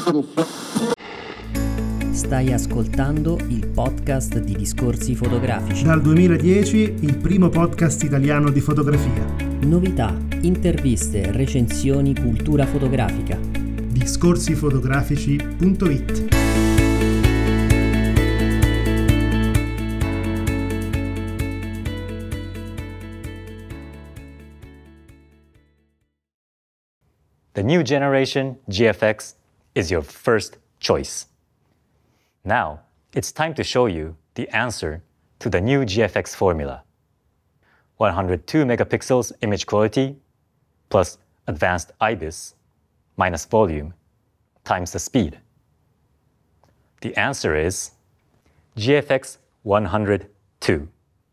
Stai ascoltando il podcast di Discorsi Fotografici. Dal 2010 il primo podcast italiano di fotografia. Novità, interviste, recensioni, cultura fotografica. Discorsifotografici.it. The new generation GFX is your first choice. Now, it's time to show you the answer to the new GFX formula. 102 megapixels image quality plus advanced IBIS minus volume times the speed. The answer is GFX 102.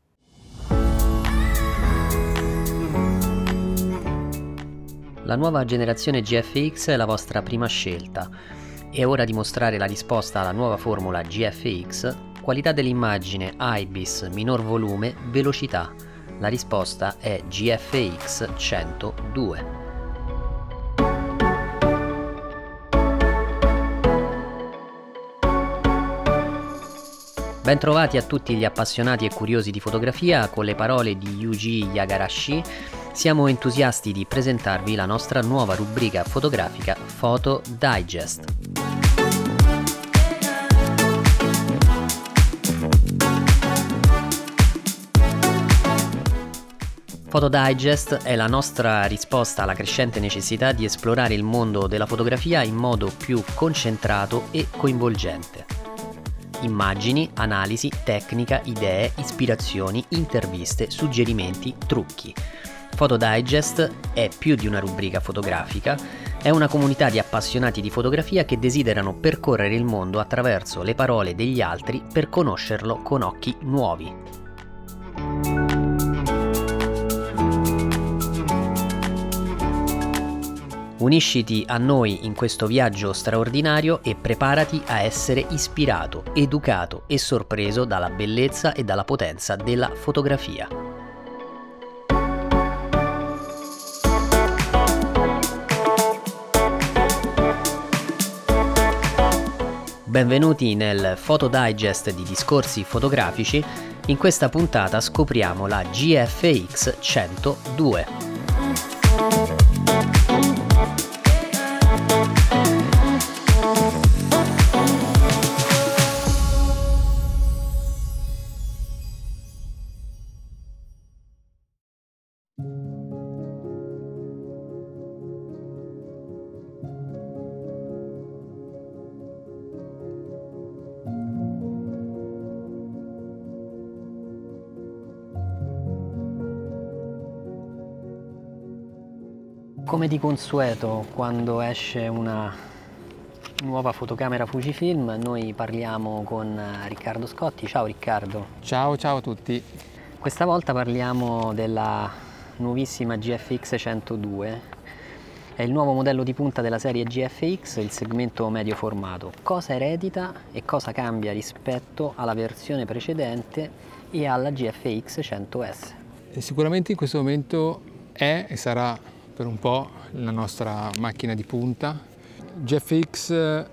La nuova generazione GFX è la vostra prima scelta. È ora di mostrare la risposta alla nuova formula GFX, qualità dell'immagine, IBIS, minor volume, velocità. La risposta è GFX 102. Bentrovati a tutti gli appassionati e curiosi di fotografia. Con le parole di Yuji Yagarashi siamo entusiasti di presentarvi la nostra nuova rubrica fotografica Photo Digest. Photo Digest è la nostra risposta alla crescente necessità di esplorare il mondo della fotografia in modo più concentrato e coinvolgente. Immagini, analisi, tecnica, idee, ispirazioni, interviste, suggerimenti, trucchi. Photo Digest è più di una rubrica fotografica, è una comunità di appassionati di fotografia che desiderano percorrere il mondo attraverso le parole degli altri per conoscerlo con occhi nuovi. Unisciti a noi in questo viaggio straordinario e preparati a essere ispirato, educato e sorpreso dalla bellezza e dalla potenza della fotografia. Benvenuti nel Photo Digest di Discorsi Fotografici. In questa puntata scopriamo la GFX 102. Come di consueto, quando esce una nuova fotocamera Fujifilm, noi parliamo con Riccardo Scotti. Ciao Riccardo. Ciao a tutti. Questa volta parliamo della nuovissima GFX 102. È il nuovo modello di punta della serie GFX, il segmento medio formato. Cosa eredita e cosa cambia rispetto alla versione precedente e alla GFX 100S? Sicuramente in questo momento è e sarà per un po' la nostra macchina di punta. GFX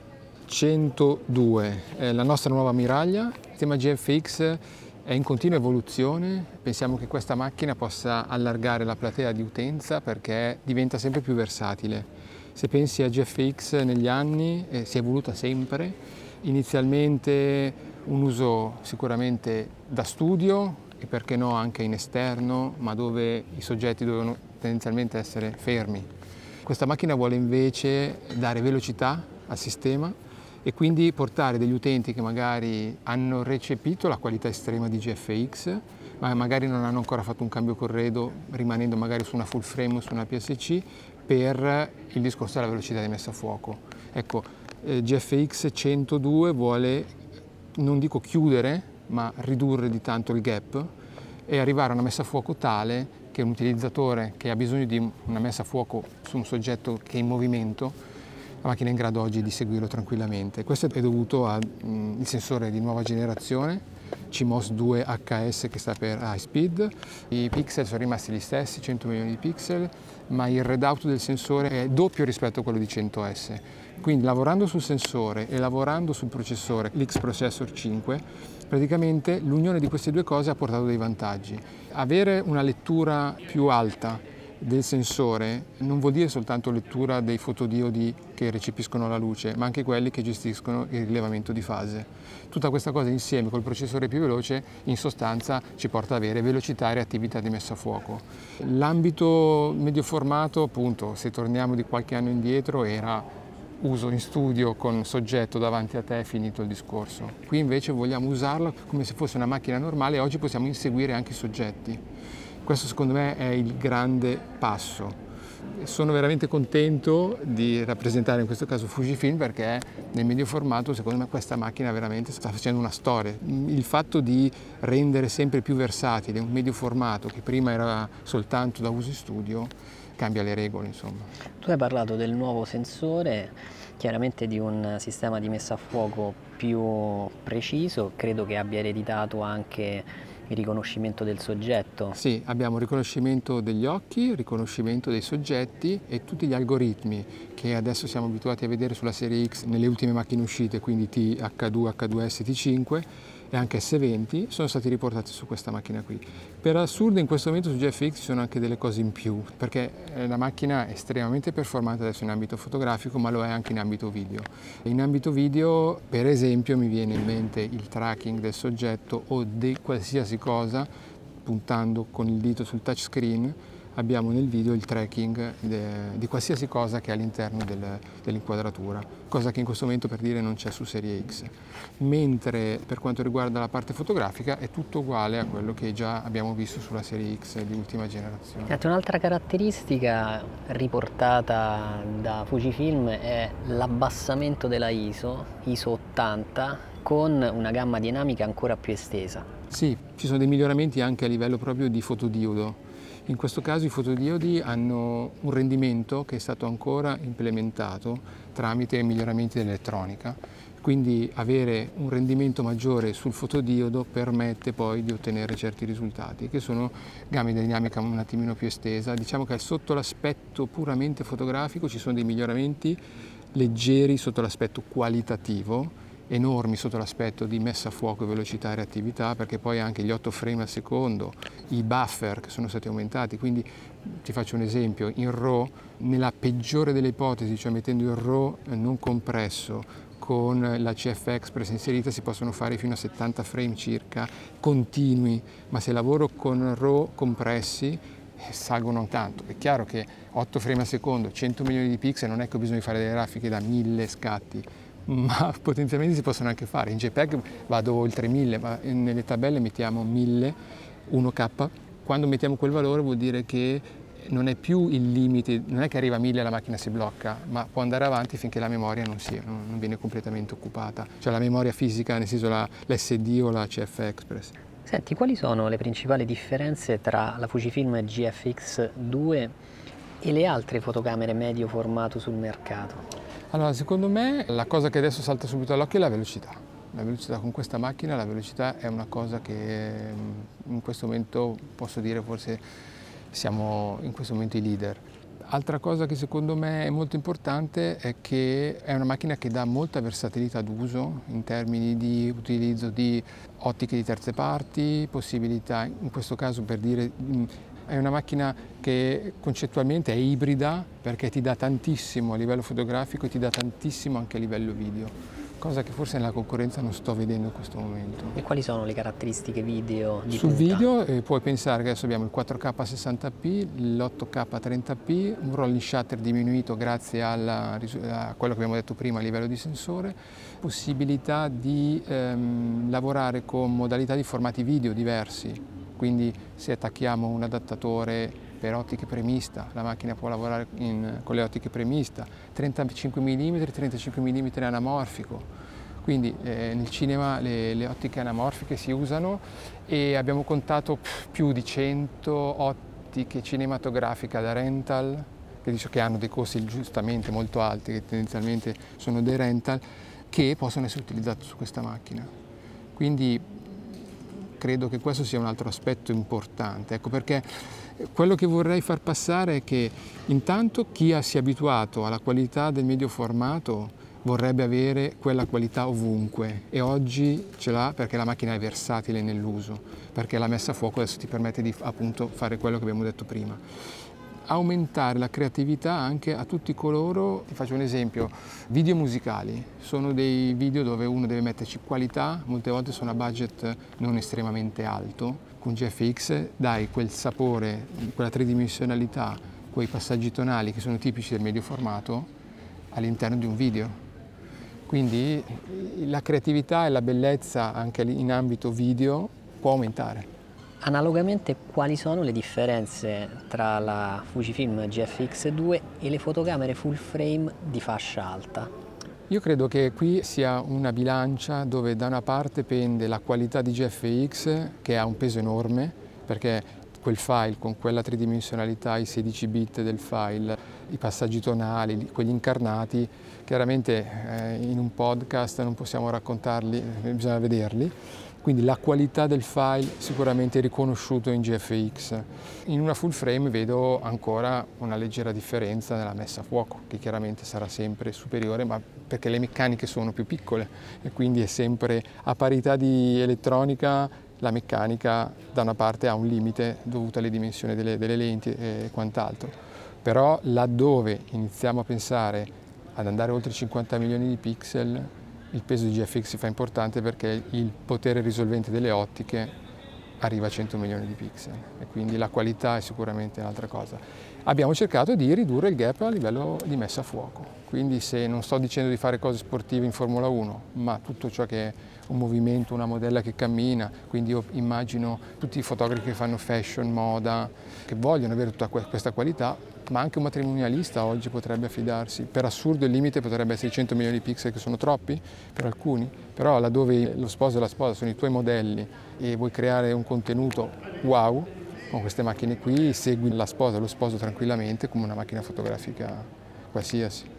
102 è la nostra nuova ammiraglia. Il sistema GFX è in continua evoluzione. Pensiamo che questa macchina possa allargare la platea di utenza perché diventa sempre più versatile. Se pensi a GFX negli anni si è evoluta sempre. Inizialmente un uso sicuramente da studio e perché no anche in esterno, ma dove i soggetti dovevano tendenzialmente essere fermi. Questa macchina vuole invece dare velocità al sistema e quindi portare degli utenti che magari hanno recepito la qualità estrema di GFX, ma magari non hanno ancora fatto un cambio corredo, rimanendo magari su una full frame o su una PSC, per il discorso della velocità di messa a fuoco. Ecco, GFX 102 vuole, non dico chiudere, ma ridurre di tanto il gap e arrivare a una messa a fuoco tale che un utilizzatore che ha bisogno di una messa a fuoco su un soggetto che è in movimento la macchina è in grado oggi di seguirlo tranquillamente. Questo è dovuto al sensore di nuova generazione, CMOS 2 HS, che sta per High Speed. I pixel sono rimasti gli stessi, 100 milioni di pixel, ma il readout del sensore è doppio rispetto a quello di 100S. Quindi lavorando sul sensore e lavorando sul processore, l'X-Processor 5, praticamente l'unione di queste due cose ha portato dei vantaggi. Avere una lettura più alta del sensore non vuol dire soltanto lettura dei fotodiodi che recepiscono la luce, ma anche quelli che gestiscono il rilevamento di fase. Tutta questa cosa insieme col processore più veloce in sostanza ci porta ad avere velocità e reattività di messa a fuoco. L'ambito medio formato, appunto, se torniamo di qualche anno indietro, era uso in studio con soggetto davanti a te, è finito il discorso. Qui invece vogliamo usarla come se fosse una macchina normale e oggi possiamo inseguire anche i soggetti. Questo secondo me è il grande passo. Sono veramente contento di rappresentare in questo caso Fujifilm, perché nel medio formato secondo me questa macchina veramente sta facendo una storia. Il fatto di rendere sempre più versatile un medio formato che prima era soltanto da uso in studio cambia le regole, insomma. Tu hai parlato del nuovo sensore, chiaramente di un sistema di messa a fuoco più preciso, credo che abbia ereditato anche il riconoscimento del soggetto. Sì, abbiamo riconoscimento degli occhi, riconoscimento dei soggetti e tutti gli algoritmi che adesso siamo abituati a vedere sulla serie X nelle ultime macchine uscite, quindi H2, H2S, T5 e anche S20, sono stati riportati su questa macchina qui. Per assurdo in questo momento su GFX ci sono anche delle cose in più, perché la macchina è estremamente performante adesso in ambito fotografico, ma lo è anche in ambito video. In ambito video, per esempio, mi viene in mente il tracking del soggetto o di qualsiasi cosa, puntando con il dito sul touchscreen, abbiamo nel video il tracking di qualsiasi cosa che è all'interno dell'inquadratura, cosa che in questo momento, per dire, non c'è su Serie X. Mentre per quanto riguarda la parte fotografica è tutto uguale a quello che già abbiamo visto sulla Serie X di ultima generazione. Un'altra caratteristica riportata da Fujifilm è l'abbassamento della ISO 80, con una gamma dinamica ancora più estesa. Sì, ci sono dei miglioramenti anche a livello proprio di fotodiodo. In questo caso i fotodiodi hanno un rendimento che è stato ancora implementato tramite miglioramenti dell'elettronica, quindi avere un rendimento maggiore sul fotodiodo permette poi di ottenere certi risultati, che sono gamme di dinamica un attimino più estesa. Diciamo che sotto l'aspetto puramente fotografico ci sono dei miglioramenti leggeri sotto l'aspetto qualitativo, enormi sotto l'aspetto di messa a fuoco, velocità e reattività, perché poi anche gli 8 frame al secondo, i buffer che sono stati aumentati, quindi ti faccio un esempio, in RAW, nella peggiore delle ipotesi, cioè mettendo il RAW non compresso con la CF-Express inserita, si possono fare fino a 70 frame circa continui, ma se lavoro con RAW compressi salgono tanto. È chiaro che 8 frame al secondo, 100 milioni di pixel, non è che ho bisogno di fare delle grafiche da 1000 scatti, ma potenzialmente si possono anche fare. In JPEG vado oltre 1000, ma nelle tabelle mettiamo 1000, 1K. Quando mettiamo quel valore vuol dire che non è più il limite, non è che arriva a 1000 e la macchina si blocca, ma può andare avanti finché la memoria non viene completamente occupata, cioè la memoria fisica, nel senso l'SD o la CF Express. Senti, quali sono le principali differenze tra la Fujifilm GFX 2 e le altre fotocamere medio formato sul mercato? Allora, secondo me la cosa che adesso salta subito all'occhio è la velocità. La velocità con questa macchina, la velocità è una cosa che in questo momento posso dire forse siamo in questo momento i leader. Altra cosa che secondo me è molto importante è che è una macchina che dà molta versatilità d'uso in termini di utilizzo di ottiche di terze parti, possibilità, in questo caso per dire, è una macchina che concettualmente è ibrida perché ti dà tantissimo a livello fotografico e ti dà tantissimo anche a livello video, cosa che forse nella concorrenza non sto vedendo in questo momento. E quali sono le caratteristiche video di Sul punta? video puoi pensare che adesso abbiamo il 4K a 60p, l'8K a 30p, un rolling shutter diminuito grazie a quello che abbiamo detto prima a livello di sensore, possibilità di lavorare con modalità di formati video diversi. Quindi se attacchiamo un adattatore per ottiche premista, la macchina può lavorare con le ottiche premista, 35 mm, 35 mm anamorfico. Quindi nel cinema le ottiche anamorfiche si usano e abbiamo contato più di 100 ottiche cinematografiche da rental che hanno dei costi giustamente molto alti, che tendenzialmente sono dei rental, che possono essere utilizzati su questa macchina. Quindi credo che questo sia un altro aspetto importante, ecco, perché quello che vorrei far passare è che intanto chi si è abituato alla qualità del medio formato vorrebbe avere quella qualità ovunque, e oggi ce l'ha perché la macchina è versatile nell'uso, perché la messa a fuoco adesso ti permette di appunto fare quello che abbiamo detto prima. Aumentare la creatività anche a tutti coloro, ti faccio un esempio, video musicali, sono dei video dove uno deve metterci qualità, molte volte sono a budget non estremamente alto. Con GFX dai quel sapore, quella tridimensionalità, quei passaggi tonali che sono tipici del medio formato all'interno di un video. Quindi la creatività e la bellezza anche in ambito video può aumentare. Analogamente, quali sono le differenze tra la Fujifilm GFX2 e le fotocamere full frame di fascia alta? Io credo che qui sia una bilancia dove da una parte pende la qualità di GFX, che ha un peso enorme, perché quel file con quella tridimensionalità, i 16 bit del file, i passaggi tonali, quelli incarnati, chiaramente in un podcast non possiamo raccontarli, bisogna vederli. Quindi la qualità del file sicuramente è riconosciuto in GFX. In una full frame vedo ancora una leggera differenza nella messa a fuoco, che chiaramente sarà sempre superiore, ma perché le meccaniche sono più piccole e quindi è sempre a parità di elettronica. La meccanica da una parte ha un limite dovuto alle dimensioni delle lenti e quant'altro, però laddove iniziamo a pensare ad andare oltre i 50 milioni di pixel, il peso di GFX si fa importante perché il potere risolvente delle ottiche arriva a 100 milioni di pixel e quindi la qualità è sicuramente un'altra cosa. Abbiamo cercato di ridurre il gap a livello di messa a fuoco, quindi se non sto dicendo di fare cose sportive in Formula 1, ma tutto ciò che è un movimento, una modella che cammina, quindi io immagino tutti i fotografi che fanno fashion, moda, che vogliono avere tutta questa qualità, ma anche un matrimonialista oggi potrebbe affidarsi. Per assurdo il limite potrebbe essere i 100 milioni di pixel, che sono troppi per alcuni, però laddove lo sposo e la sposa sono i tuoi modelli e vuoi creare un contenuto wow, con queste macchine qui segui la sposa o lo sposo tranquillamente come una macchina fotografica qualsiasi.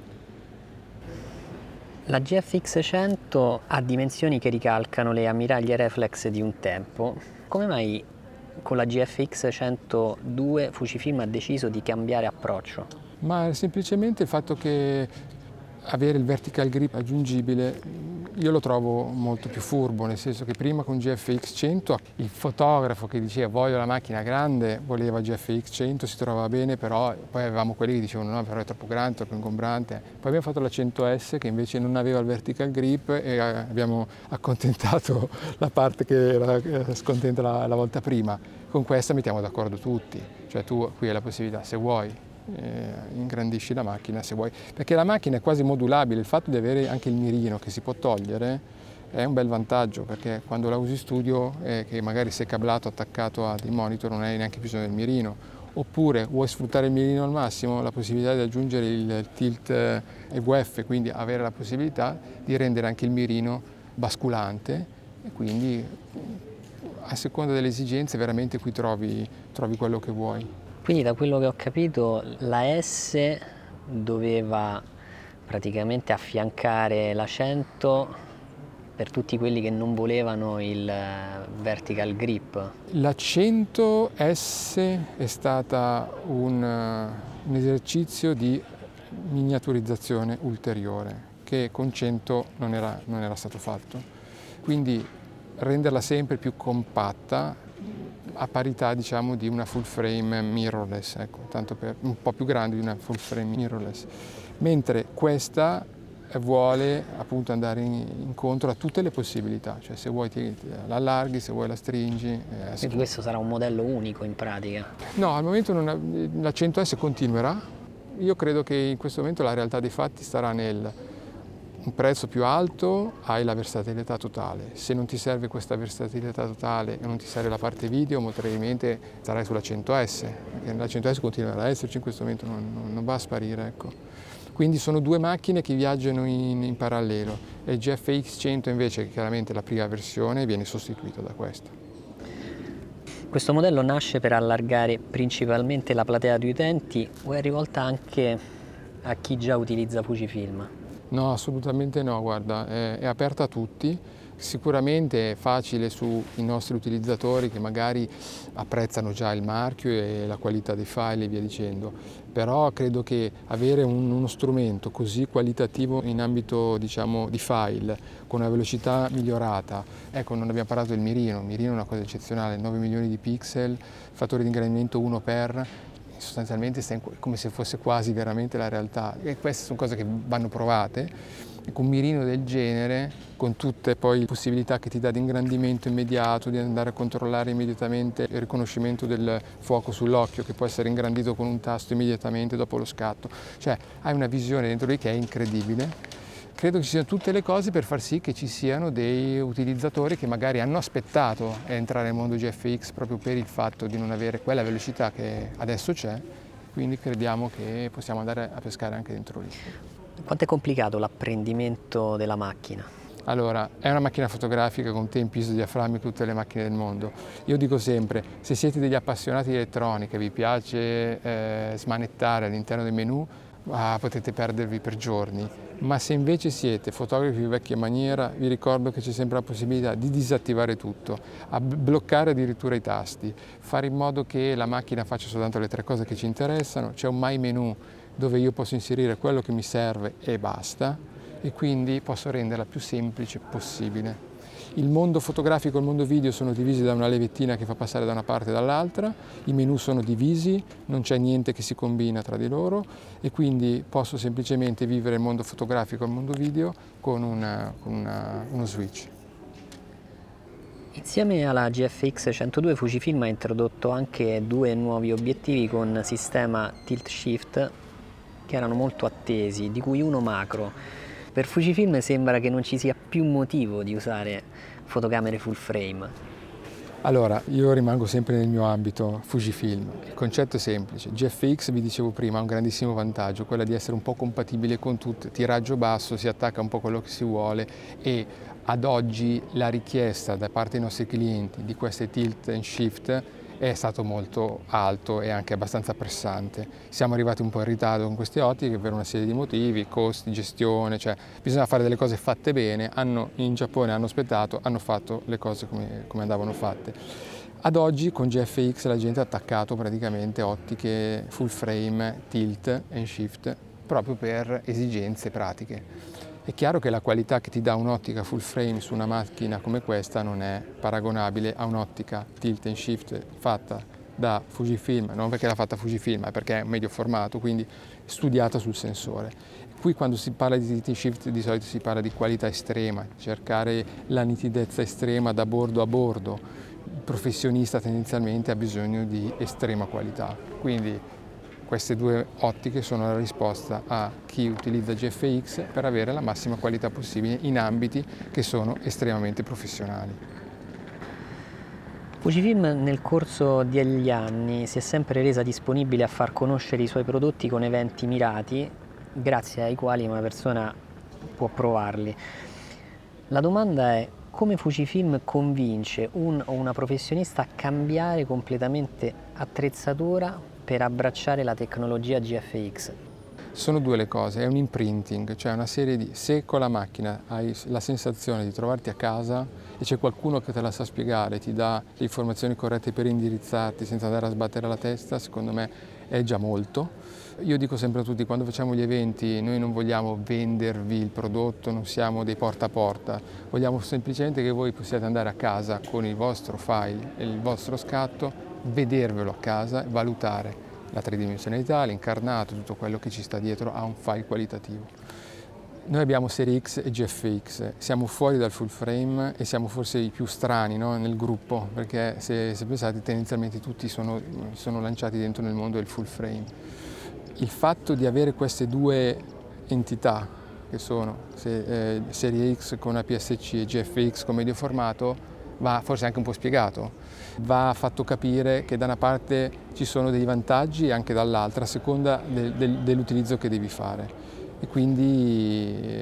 La GFX 100 ha dimensioni che ricalcano le ammiraglie reflex di un tempo. Come mai con la GFX 102 Fujifilm ha deciso di cambiare approccio? Ma semplicemente il fatto che avere il vertical grip aggiungibile io lo trovo molto più furbo, nel senso che prima con GFX 100 il fotografo che diceva voglio la macchina grande voleva GFX 100, si trovava bene, però poi avevamo quelli che dicevano no, però è troppo grande, troppo ingombrante. Poi abbiamo fatto la 100S che invece non aveva il vertical grip e abbiamo accontentato la parte che era scontenta la volta prima. Con questa mettiamo d'accordo tutti, cioè tu qui hai la possibilità, se vuoi ingrandisci la macchina, se vuoi, perché la macchina è quasi modulabile. Il fatto di avere anche il mirino che si può togliere è un bel vantaggio, perché quando la usi studio che magari sei cablato attaccato a dei monitor non hai neanche bisogno del mirino, oppure vuoi sfruttare il mirino al massimo, la possibilità di aggiungere il tilt EVF, quindi avere la possibilità di rendere anche il mirino basculante e quindi a seconda delle esigenze veramente qui trovi quello che vuoi. Quindi da quello che ho capito la S doveva praticamente affiancare la 100 per tutti quelli che non volevano il vertical grip. La 100S è stata un esercizio di miniaturizzazione ulteriore che con 100 non era stato fatto. Quindi renderla sempre più compatta a parità diciamo di una full frame mirrorless, ecco, tanto per un po' più grande di una full frame mirrorless, mentre questa vuole appunto andare incontro a tutte le possibilità, cioè se vuoi la allarghi, se vuoi la stringi. Quindi questo sarà un modello unico in pratica? No, al momento la 100S continuerà. Io credo che in questo momento la realtà dei fatti starà nel un prezzo più alto, hai la versatilità totale. Se non ti serve questa versatilità totale e non ti serve la parte video, molto probabilmente sarai sulla 100S, perché la 100S continuerà ad esserci, in questo momento non va a sparire. Ecco. Quindi sono due macchine che viaggiano in parallelo e il GFX 100 invece, che chiaramente è la prima versione, viene sostituito da questo. Questo modello nasce per allargare principalmente la platea di utenti o è rivolta anche a chi già utilizza Fujifilm? No, assolutamente no, guarda, è aperta a tutti. Sicuramente è facile sui nostri utilizzatori che magari apprezzano già il marchio e la qualità dei file e via dicendo, però credo che avere uno strumento così qualitativo in ambito, diciamo, di file, con una velocità migliorata, ecco, non abbiamo parlato del mirino, il mirino è una cosa eccezionale, 9 milioni di pixel, fattore di ingrandimento 1 per, sostanzialmente come se fosse quasi veramente la realtà, e queste sono cose che vanno provate. Ecco, un mirino del genere, con tutte poi le possibilità che ti dà di ingrandimento immediato, di andare a controllare immediatamente il riconoscimento del fuoco sull'occhio, che può essere ingrandito con un tasto immediatamente dopo lo scatto, cioè hai una visione dentro lì che è incredibile. Credo che ci siano tutte le cose per far sì che ci siano dei utilizzatori che magari hanno aspettato a entrare nel mondo GFX proprio per il fatto di non avere quella velocità che adesso c'è, quindi crediamo che possiamo andare a pescare anche dentro lì. Quanto è complicato l'apprendimento della macchina? Allora, è una macchina fotografica con tempi isodiaframmi tutte le macchine del mondo. Io dico sempre, se siete degli appassionati di elettronica e vi piace smanettare all'interno del menu, potete perdervi per giorni, ma se invece siete fotografi di vecchia maniera, vi ricordo che c'è sempre la possibilità di disattivare tutto, a bloccare addirittura i tasti, fare in modo che la macchina faccia soltanto le 3 cose che ci interessano. C'è un My Menu dove io posso inserire quello che mi serve e basta, e quindi posso renderla più semplice possibile. Il mondo fotografico e il mondo video sono divisi da una levettina che fa passare da una parte e dall'altra, i menu sono divisi, non c'è niente che si combina tra di loro, e quindi posso semplicemente vivere il mondo fotografico e il mondo video con uno switch. Insieme alla GFX 102 Fujifilm ha introdotto anche 2 nuovi obiettivi con sistema tilt shift che erano molto attesi, di cui uno macro. Per Fujifilm sembra che non ci sia più motivo di usare fotocamere full frame. Allora, io rimango sempre nel mio ambito Fujifilm. Il concetto è semplice. GFX, vi dicevo prima, ha un grandissimo vantaggio, quello di essere un po' compatibile con tutto. Tiraggio basso, si attacca un po' quello che si vuole, e ad oggi la richiesta da parte dei nostri clienti di queste tilt and shift è stato molto alto e anche abbastanza pressante. Siamo arrivati un po' in ritardo con queste ottiche per una serie di motivi, costi, gestione, cioè bisogna fare delle cose fatte bene. In Giappone hanno aspettato, hanno fatto le cose come andavano fatte. Ad oggi con GFX la gente ha attaccato praticamente ottiche full frame, tilt and shift, proprio per esigenze pratiche. È chiaro che la qualità che ti dà un'ottica full frame su una macchina come questa non è paragonabile a un'ottica tilt and shift fatta da Fujifilm, non perché l'ha fatta Fujifilm, ma perché è un medio formato, quindi studiata sul sensore. Qui quando si parla di tilt and shift di solito si parla di qualità estrema, cercare la nitidezza estrema da bordo a bordo. Il professionista tendenzialmente ha bisogno di estrema qualità, quindi queste 2 ottiche sono la risposta a chi utilizza GFX per avere la massima qualità possibile in ambiti che sono estremamente professionali. Fujifilm nel corso degli anni si è sempre resa disponibile a far conoscere i suoi prodotti con eventi mirati, grazie ai quali una persona può provarli. La domanda è: come Fujifilm convince un o una professionista a cambiare completamente attrezzatura per abbracciare la tecnologia GFX? Sono 2 le cose, è un imprinting, cioè una serie di... Se con la macchina hai la sensazione di trovarti a casa e c'è qualcuno che te la sa spiegare, ti dà le informazioni corrette per indirizzarti senza andare a sbattere la testa, secondo me è già molto. Io dico sempre a tutti, quando facciamo gli eventi, noi non vogliamo vendervi il prodotto, non siamo dei porta a porta, vogliamo semplicemente che voi possiate andare a casa con il vostro file e il vostro scatto, vedervelo a casa e valutare la tridimensionalità, l'incarnato, tutto quello che ci sta dietro a un file qualitativo. Noi abbiamo Serie X e GFX, siamo fuori dal full frame e siamo forse i più strani, no, nel gruppo, perché se pensate tendenzialmente tutti sono lanciati dentro nel mondo del full frame. Il fatto di avere queste 2 entità, che sono Serie X con APS-C e GFX con medio formato, va forse anche un po' spiegato, va fatto capire che da una parte ci sono dei vantaggi e anche dall'altra, a seconda dell'utilizzo che devi fare. E quindi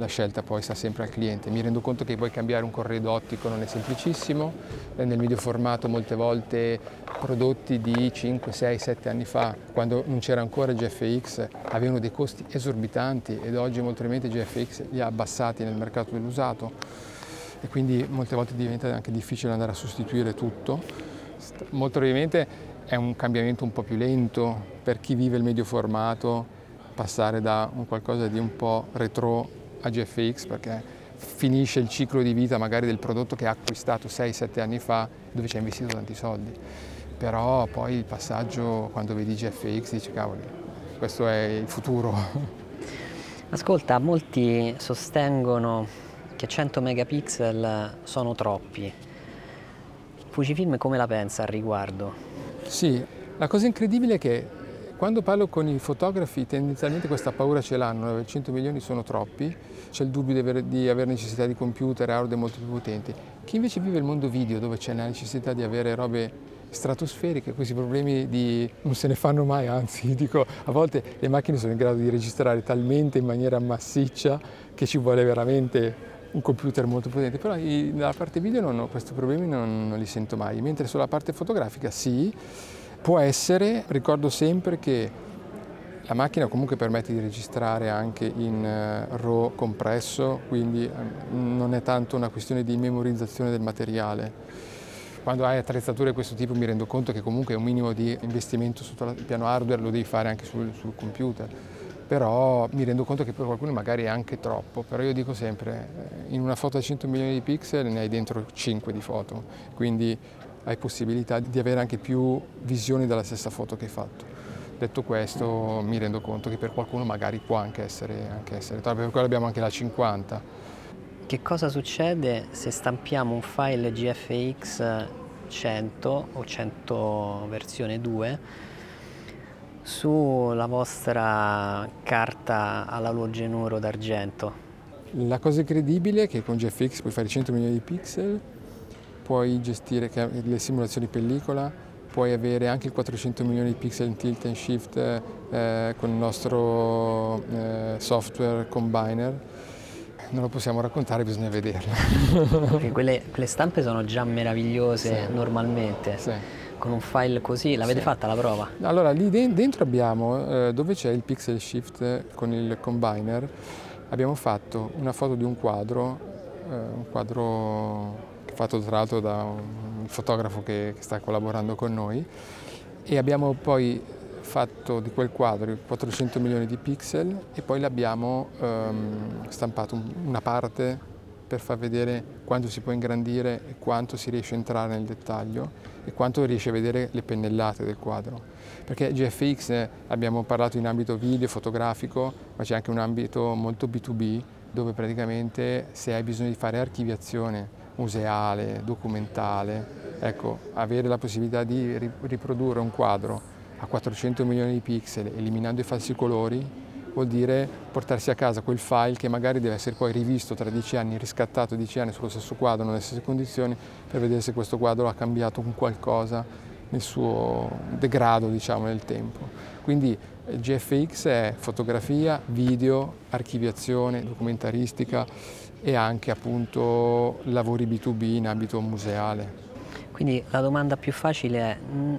la scelta poi sta sempre al cliente. Mi rendo conto che poi cambiare un corredo ottico non è semplicissimo, nel medio formato molte volte prodotti di 5, 6, 7 anni fa, quando non c'era ancora GFX, avevano dei costi esorbitanti ed oggi molto probabilmente GFX li ha abbassati nel mercato dell'usato e quindi molte volte diventa anche difficile andare a sostituire tutto. Molto probabilmente è un cambiamento un po' più lento per chi vive il medio formato, passare da un qualcosa di un po' retro a GFX, perché finisce il ciclo di vita magari del prodotto che ha acquistato 6-7 anni fa, dove ci ha investito tanti soldi. Però poi il passaggio, quando vedi GFX, dici cavoli, questo è il futuro. Ascolta, molti sostengono che 100 megapixel sono troppi. Fujifilm come la pensa al riguardo? Sì, la cosa incredibile è che quando parlo con i fotografi tendenzialmente questa paura ce l'hanno, 100 milioni sono troppi, c'è il dubbio di avere necessità di computer, hardware molto più potenti. Chi invece vive il mondo video, dove c'è la necessità di avere robe stratosferiche, questi problemi non se ne fanno mai, anzi dico, a volte le macchine sono in grado di registrare talmente in maniera massiccia che ci vuole veramente un computer molto potente, però nella parte video questi problemi non li sento mai, mentre sulla parte fotografica sì, può essere. Ricordo sempre che la macchina comunque permette di registrare anche in RAW compresso, quindi non è tanto una questione di memorizzazione del materiale. Quando hai attrezzature di questo tipo mi rendo conto che comunque un minimo di investimento sotto il piano hardware lo devi fare anche sul computer, però mi rendo conto che per qualcuno magari è anche troppo, però io dico sempre, in una foto a 100 milioni di pixel ne hai dentro 5 di foto, quindi hai possibilità di avere anche più visioni della stessa foto che hai fatto. Detto questo, mi rendo conto che per qualcuno magari può anche essere troppo, per quello abbiamo anche la 50. Che cosa succede se stampiamo un file GFX 100 o 100 versione 2 sulla vostra carta all'alogenuro d'argento? La cosa incredibile è che con GFX puoi fare 100 milioni di pixel, puoi gestire le simulazioni pellicola, puoi avere anche il 400 milioni di pixel in tilt and shift con il nostro software combiner. Non lo possiamo raccontare, bisogna vederlo. Quelle stampe sono già meravigliose, sì, normalmente. Sì. Con un file così, l'avete fatta la prova? Allora, lì dentro abbiamo, dove c'è il pixel shift con il combiner, abbiamo fatto una foto di un quadro fatto tra l'altro da un fotografo che sta collaborando con noi, e abbiamo poi fatto di quel quadro 400 milioni di pixel e poi l'abbiamo stampato una parte per far vedere quanto si può ingrandire e quanto si riesce a entrare nel dettaglio e quanto riesce a vedere le pennellate del quadro. Perché GFX abbiamo parlato in ambito video, fotografico, ma c'è anche un ambito molto B2B dove praticamente se hai bisogno di fare archiviazione museale, documentale, ecco, avere la possibilità di riprodurre un quadro a 400 milioni di pixel eliminando i falsi colori vuol dire portarsi a casa quel file che magari deve essere poi rivisto tra 10 anni, riscattato 10 anni sullo stesso quadro, nelle stesse condizioni, per vedere se questo quadro ha cambiato un qualcosa nel suo degrado, diciamo, nel tempo. Quindi GFX è fotografia, video, archiviazione, documentaristica e anche appunto lavori B2B in ambito museale. Quindi la domanda più facile è: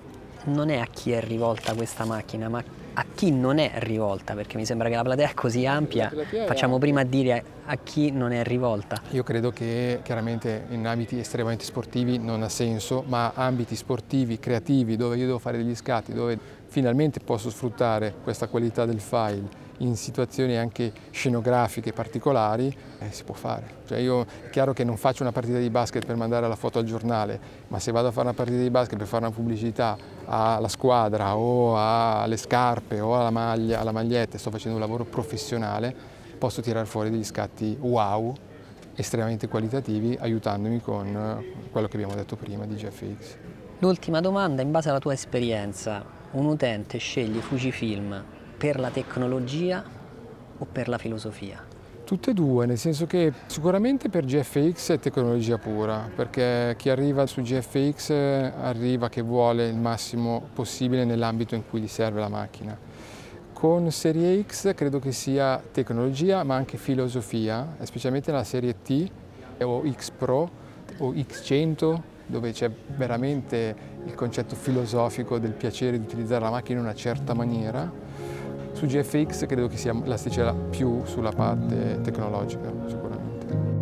non è a chi è rivolta questa macchina, ma a chi non è rivolta, perché mi sembra che la platea è così ampia, facciamo prima a dire a chi non è rivolta. Io credo che chiaramente in ambiti estremamente sportivi non ha senso, ma ambiti sportivi, creativi, dove io devo fare degli scatti, dove finalmente posso sfruttare questa qualità del file in situazioni anche scenografiche particolari, si può fare. Cioè io è chiaro che non faccio una partita di basket per mandare la foto al giornale, ma se vado a fare una partita di basket per fare una pubblicità alla squadra o alle scarpe o alla maglia, alla maglietta, sto facendo un lavoro professionale, posso tirare fuori degli scatti wow, estremamente qualitativi, aiutandomi con quello che abbiamo detto prima di GFX. L'ultima domanda: in base alla tua esperienza, un utente sceglie Fujifilm per la tecnologia o per la filosofia? Tutte e due, nel senso che sicuramente per GFX è tecnologia pura, perché chi arriva su GFX arriva che vuole il massimo possibile nell'ambito in cui gli serve la macchina. Con serie X credo che sia tecnologia ma anche filosofia, specialmente la serie T o X Pro o X100, dove c'è veramente il concetto filosofico del piacere di utilizzare la macchina in una certa maniera. Su GFX credo che sia l'asticella più sulla parte tecnologica, sicuramente.